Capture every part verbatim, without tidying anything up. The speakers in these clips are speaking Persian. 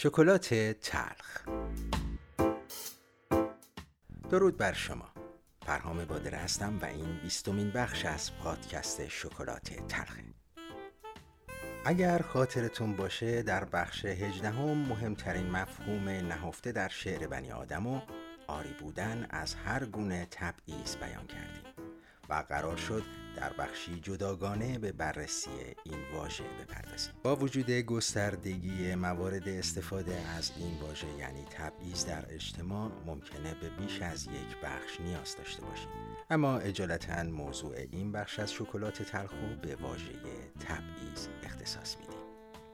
شکلات تلخ. درود بر شما. فرهام بادره هستم و این بیستمین بخش از پادکست شکلات تلخه. اگر خاطرتون باشه در بخش هجدهم مهمترین مفهوم نهفته در شعر بنی آدم و آری بودن از هر گونه تبعیض بیان کردیم و قرار شد در بخشی جداگانه به بررسی این واژه بپردازیم. با وجود گستردگی موارد استفاده از این واژه یعنی تبعیض در اجتماع ممکنه به بیش از یک بخش نیاز داشته باشیم، اما اجالتاً موضوع این بخش از شکلات تلخو به واژه تبعیض اختصاص میدیم.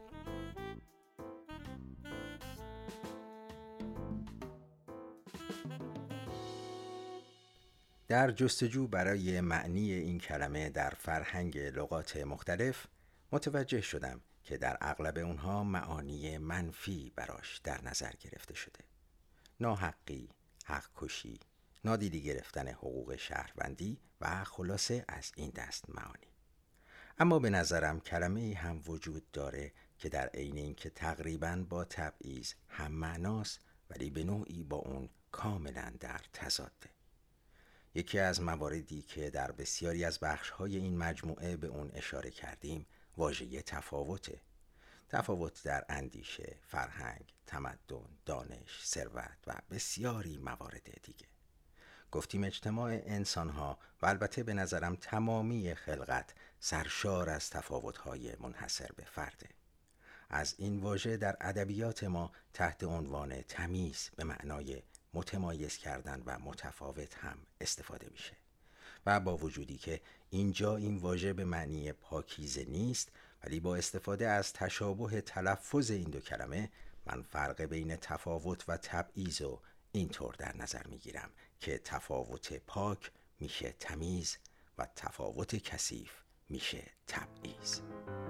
در جستجو برای معنی این کلمه در فرهنگ لغات مختلف متوجه شدم که در اغلب اونها معانی منفی براش در نظر گرفته شده. ناحقی، حق کشی، نادیده گرفتن حقوق شهروندی و خلاصه از این دست معانی. اما به نظرم کلمه‌ای هم وجود داره که در عین اینکه تقریباً با تبعیض هم معناست ولی به نوعی با اون کاملاً در تضاده. یکی از مواردی که در بسیاری از بخش‌های این مجموعه به اون اشاره کردیم واژه تفاوته. تفاوت در اندیشه، فرهنگ، تمدن، دانش، ثروت و بسیاری موارد دیگه. گفتیم اجتماع انسان‌ها و البته به نظرم تمامی خلقت سرشار از تفاوت‌های منحصر به فرده. از این واژه در ادبیات ما تحت عنوان تمیز به معنای متمایز کردن و متفاوت هم استفاده میشه و با وجودی که اینجا این واژه به معنی پاکیزه نیست، ولی با استفاده از تشابه تلفظ این دو کلمه من فرق بین تفاوت و تبعیض رو اینطور در نظر میگیرم که تفاوت پاک میشه تمیز و تفاوت کثیف میشه تبعیض.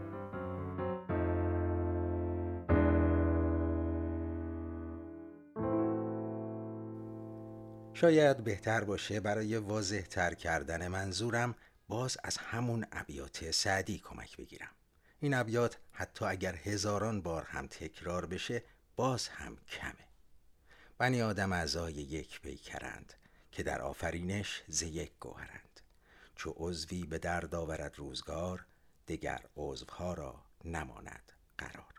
شاید بهتر باشه برای واضح تر کردن منظورم باز از همون ابیات سعدی کمک بگیرم. این ابیات حتی اگر هزاران بار هم تکرار بشه باز هم کمه. بنی آدم اعضای یک پیکرند که در آفرینش ز یک گوهرند. چو عضوی به درد آورد روزگار، دگر عضوها را نماند قرار.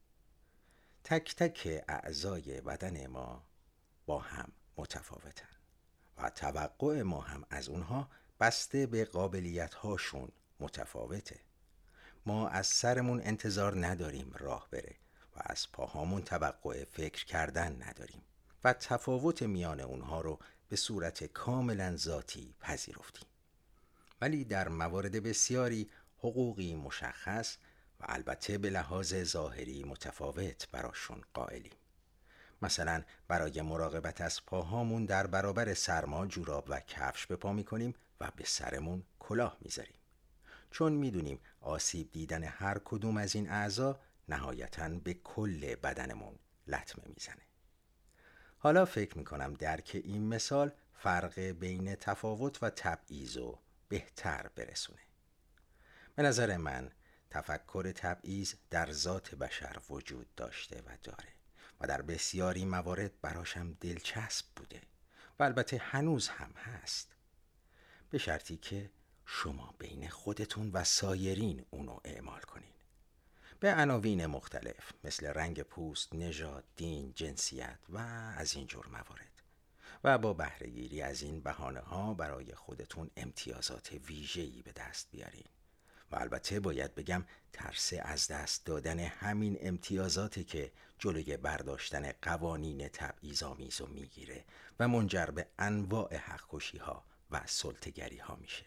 تک تک اعضای بدن ما با هم متفاوتن و توقع ما هم از اونها بسته به قابلیت هاشون متفاوته. ما از سرمون انتظار نداریم راه بره و از پاهامون توقع فکر کردن نداریم و تفاوت میان اونها رو به صورت کاملا ذاتی پذیرفتیم. ولی در موارد بسیاری حقوقی مشخص و البته به لحاظ ظاهری متفاوت براشون قائلیم. مثلا برای مراقبت از پاهامون در برابر سرما جوراب و کفش به پا میکنیم و به سرمون کلاه میذاریم، چون میدونیم آسیب دیدن هر کدوم از این اعضا نهایتاً به کل بدنمون لطمه میزنه. حالا فکر میکنم درک این مثال فرق بین تفاوت و تبعیض رو بهتر برسونه. به نظر من تفکر تبعیض در ذات بشر وجود داشته و داره و در بسیاری موارد براشم دلچسب بوده و البته هنوز هم هست، به شرطی که شما بین خودتون و سایرین اونو اعمال کنین به عناوین مختلف مثل رنگ پوست، نژاد، دین، جنسیت و از این جور موارد و با بهره گیری از این بهانه ها برای خودتون امتیازات ویژه‌ای به دست بیارین. و البته باید بگم ترس از دست دادن همین امتیازاتی که جلوی برداشتن قوانین تبعیض‌آمیز رو میگیره و منجر به انواع حق‌کشی ها و سلطه‌گری ها میشه.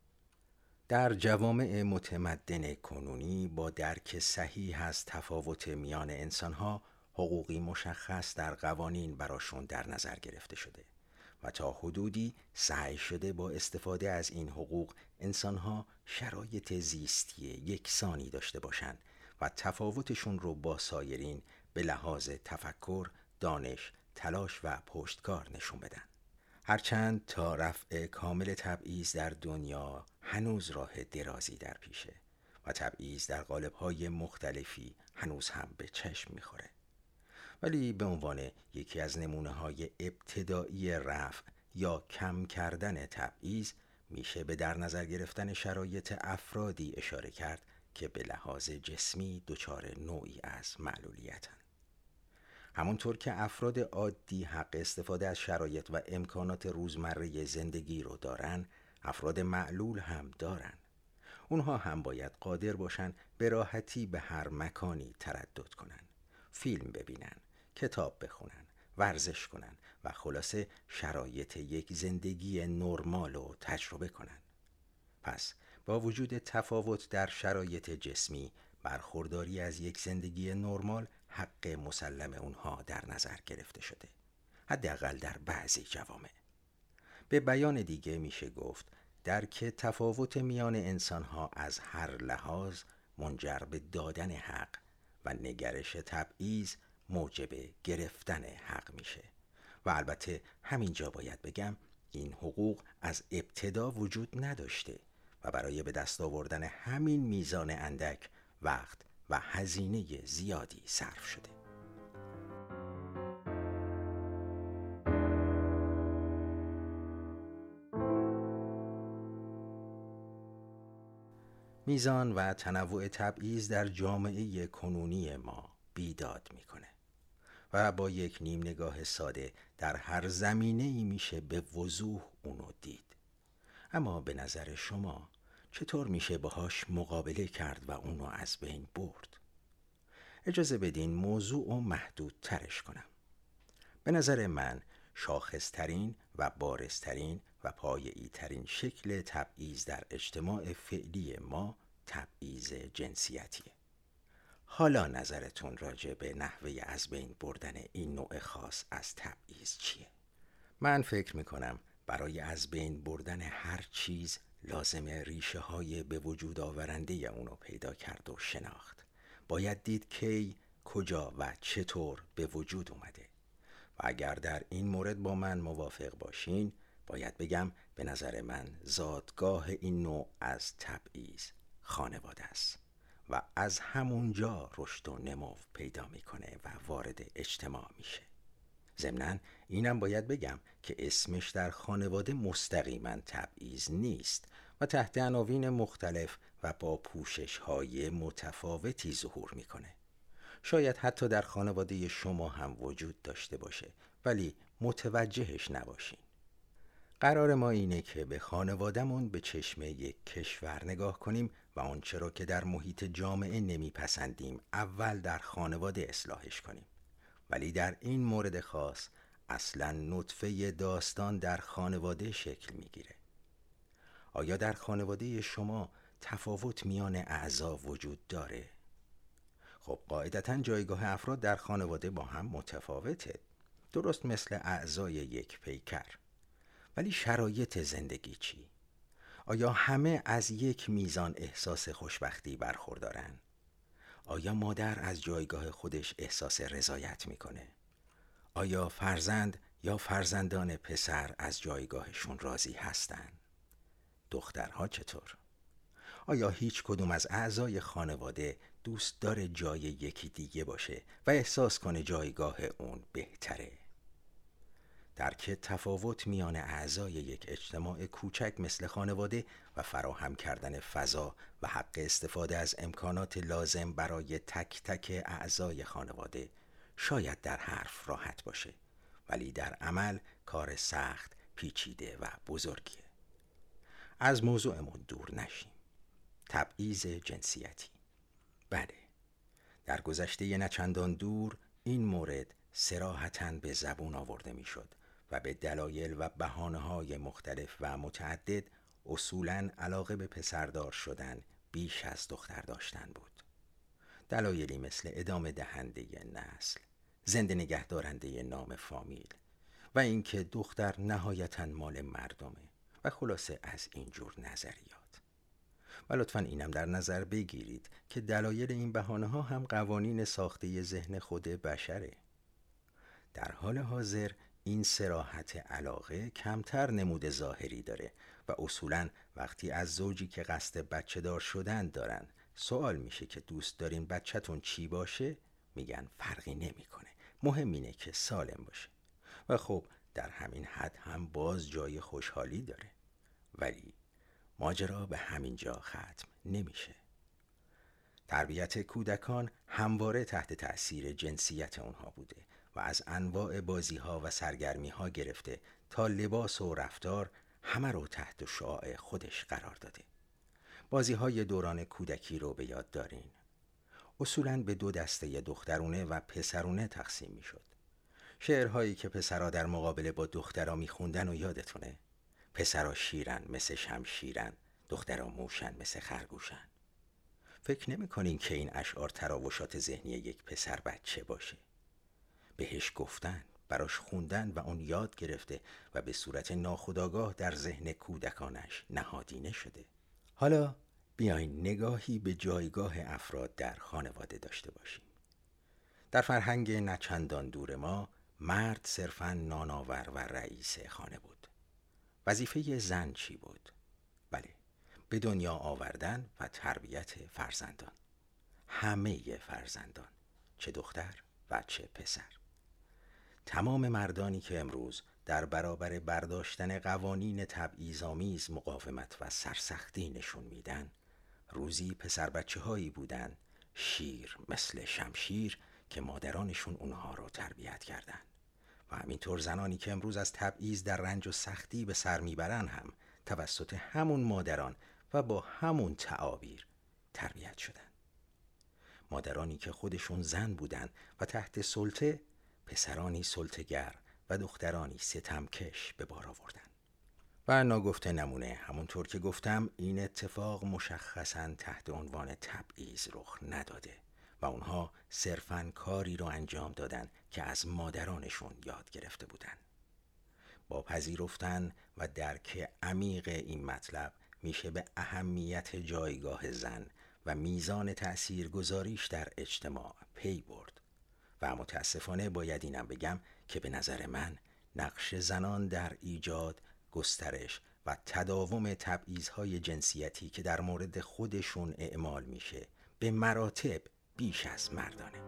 در جوامع متمدن کنونی با درک صحیح از تفاوت میان انسان ها حقوقی مشخص در قوانین براشون در نظر گرفته شده و تا حدودی سعی شده با استفاده از این حقوق انسان‌ها شرایط زیستی یکسانی داشته باشند و تفاوتشون رو با سایرین به لحاظ تفکر، دانش، تلاش و پشتکار نشون بدن. هرچند تا رفع کامل تبعیض در دنیا هنوز راه درازی در پیشه و تبعیض در قالب‌های مختلفی هنوز هم به چشم می‌خوره. ولی به عنوان یکی از نمونه‌های ابتدایی رفع یا کم کردن تبعیض میشه به در نظر گرفتن شرایط افرادی اشاره کرد که به لحاظ جسمی دچار نوعی از معلولیتن. همونطور که افراد عادی حق استفاده از شرایط و امکانات روزمره زندگی رو دارن، افراد معلول هم دارن. اونها هم باید قادر باشن به راحتی به هر مکانی تردد کنن، فیلم ببینن، کتاب بخونن، ورزش کنن و خلاصه شرایط یک زندگی نرمال رو تجربه کنن. پس با وجود تفاوت در شرایط جسمی، برخورداری از یک زندگی نرمال حق مسلم اونها در نظر گرفته شده، حداقل در بعضی جوامع. به بیان دیگه میشه گفت درک تفاوت میان انسانها از هر لحاظ منجر به دادن حق و نگرش تبعیض موجب گرفتن حق میشه. و البته همینجا باید بگم این حقوق از ابتدا وجود نداشته و برای به دست آوردن همین میزان اندک وقت و هزینه زیادی صرف شده. میزان و تنوع تبعیض در جامعه کنونی ما بیداد میکنه و با یک نیم نگاه ساده در هر زمینه‌ای میشه به وضوح اونو دید. اما به نظر شما چطور میشه باهاش مقابله کرد و اونو از بین برد؟ اجازه بدین موضوع رو محدود ترش کنم. به نظر من شاخصترین و بارزترین و پایه‌ای ترین شکل تبعیض در اجتماع فعلی ما تبعیض جنسیتیه. حالا نظرتون راجع به نحوه از بین بردن این نوع خاص از تبعیض چیه؟ من فکر میکنم برای از بین بردن هر چیز لازمه ریشه های به وجود آورنده اونو پیدا کرد و شناخت. باید دید کی، کجا و چطور به وجود اومده. و اگر در این مورد با من موافق باشین، باید بگم به نظر من زادگاه این نوع از تبعیض خانواده است و از همونجا رشد و نمو پیدا میکنه و وارد اجتماع میشه. ضمناً اینم باید بگم که اسمش در خانواده مستقیما تبعیض نیست و تحت عناوین مختلف و با پوشش‌های متفاوتی ظهور میکنه. شاید حتی در خانواده شما هم وجود داشته باشه ولی متوجهش نباشین. قرار ما اینه که به خانواده‌مون به چشم یک کشور نگاه کنیم و آنچه را که در محیط جامعه نمیپسندیم اول در خانواده اصلاحش کنیم. ولی در این مورد خاص اصلاً نطفه داستان در خانواده شکل میگیره. آیا در خانواده شما تفاوت میان اعضا وجود داره؟ خب قاعدتاً جایگاه افراد در خانواده با هم متفاوته، درست مثل اعضای یک پیکر. ولی شرایط زندگی چی؟ آیا همه از یک میزان احساس خوشبختی برخوردارن؟ آیا مادر از جایگاه خودش احساس رضایت میکنه؟ آیا فرزند یا فرزندان پسر از جایگاهشون راضی هستن؟ دخترها چطور؟ آیا هیچ کدوم از اعضای خانواده دوست داره جای یکی دیگه باشه و احساس کنه جایگاه اون بهتره؟ درک تفاوت میان اعضای یک اجتماع کوچک مثل خانواده و فراهم کردن فضا و حق استفاده از امکانات لازم برای تک تک اعضای خانواده شاید در حرف راحت باشه، ولی در عمل کار سخت، پیچیده و بزرگیه. از موضوعمون دور نشیم. تبعیض جنسیتی. بله، در گذشته نچندان دور این مورد صراحتاً به زبون آورده میشد و به دلایل و بهانه‌های مختلف و متعدد اصولاً علاقه به پسردار شدن بیش از دختر داشتن بود. دلایلی مثل ادامه دهنده نسل، زنده نگه دارنده نام فامیل و اینکه دختر نهایتاً مال مردمه و خلاصه از اینجور نظریات. و لطفاً اینم در نظر بگیرید که دلایل این بهانه‌ها هم قوانین ساخته ذهن خود بشره. در حال حاضر این صراحت علاقه کمتر نمود ظاهری داره و اصولاً وقتی از زوجی که قصد بچه دار شدن دارن سوال میشه که دوست دارین بچه‌تون چی باشه، میگن فرقی نمیکنه، مهم اینه که سالم باشه و خب در همین حد هم باز جای خوشحالی داره. ولی ماجرا به همین جا ختم نمیشه. تربیت کودکان همواره تحت تأثیر جنسیت اونها بوده و از انواع بازی‌ها و سرگرمی‌ها گرفته تا لباس و رفتار همه رو تحت شعاع خودش قرار داده. بازی‌های دوران کودکی رو به یاد دارین. اصولاً به دو دسته دخترونه و پسرونه تقسیم می‌شد. شعرهایی که پسرها در مقابله با دخترها می‌خوندن و یادتونه؟ پسرها شیرن مثل شمشیرن، دخترها موشن مثل خرگوشن. فکر نمی‌کنین که این اشعار تراوشات ذهنی یک پسر بچه باشه؟ بهش گفتن، براش خوندن و اون یاد گرفته و به صورت ناخودآگاه در ذهن کودکانش نهادینه شده. حالا بیاین نگاهی به جایگاه افراد در خانواده داشته باشیم. در فرهنگ نچندان دور ما، مرد صرفاً نانآور و رئیس خانه بود. وظیفه زن چی بود؟ بله، به دنیا آوردن و تربیت فرزندان. همه فرزندان، چه دختر و چه پسر. تمام مردانی که امروز در برابر برداشتن قوانین تبعیض‌آمیز مقاومت و سرسختی نشون میدن، روزی پسر بچه هایی بودن، شیر مثل شمشیر، که مادرانشون اونها رو تربیت کردن. و همینطور زنانی که امروز از تبعیض در رنج و سختی به سر میبرن هم توسط همون مادران و با همون تعابیر تربیت شدن. مادرانی که خودشون زن بودن و تحت سلطه، پسرانی سلطه‌گر و دخترانی ستمکش به بار آوردن. و ناگفته نمونه، همونطور که گفتم، این اتفاق مشخصاً تحت عنوان تبعیض رخ نداده و اونها صرفاً کاری رو انجام دادن که از مادرانشون یاد گرفته بودن. با پذیرفتن و درک عمیق این مطلب میشه به اهمیت جایگاه زن و میزان تأثیرگذاریش در اجتماع پی برد. و متاسفانه باید اینم بگم که به نظر من نقش زنان در ایجاد، گسترش و تداوم تبعیض‌های جنسیتی که در مورد خودشون اعمال میشه به مراتب بیش از مردانه.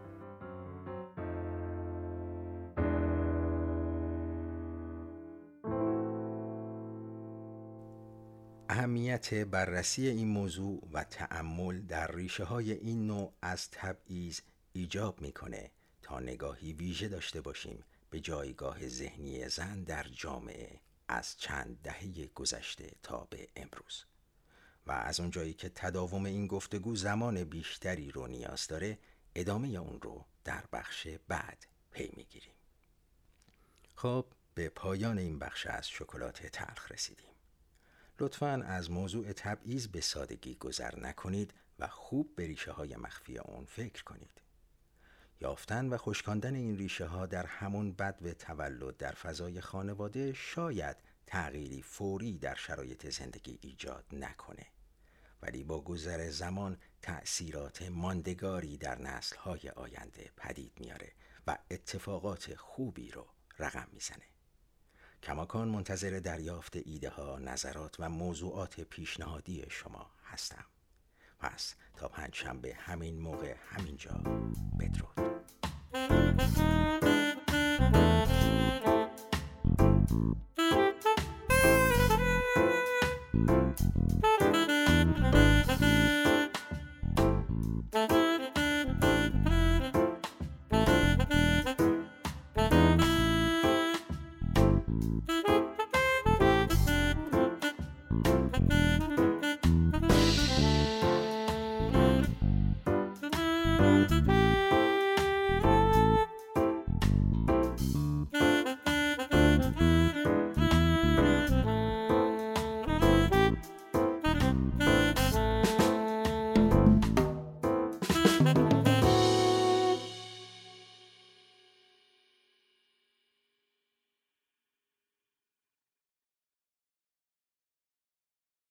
اهمیت بررسی این موضوع و تأمل در ریشه های این نوع از تبعیض ایجاب میکنه تا نگاهی ویژه داشته باشیم به جایگاه ذهنی زن در جامعه از چند دهه گذشته تا به امروز. و از اونجایی که تداوم این گفتگو زمان بیشتری رو نیاز داره، ادامه اون رو در بخش بعد پی میگیریم. خب به پایان این بخش از شکلات تلخ رسیدیم. لطفاً از موضوع تبعیض به سادگی گذر نکنید و خوب به ریشه های مخفی اون فکر کنید. یافتن و خشکاندن این ریشه ها در همون بدو تولد در فضای خانواده شاید تغییری فوری در شرایط زندگی ایجاد نکنه، ولی با گذر زمان تأثیرات ماندگاری در نسل‌های آینده پدید میاره و اتفاقات خوبی رو رقم میزنه. کماکان منتظر دریافت ایده ها، نظرات و موضوعات پیشنهادی شما هستم. پس تا پنجشنبه همین موقع همینجا، بدرود.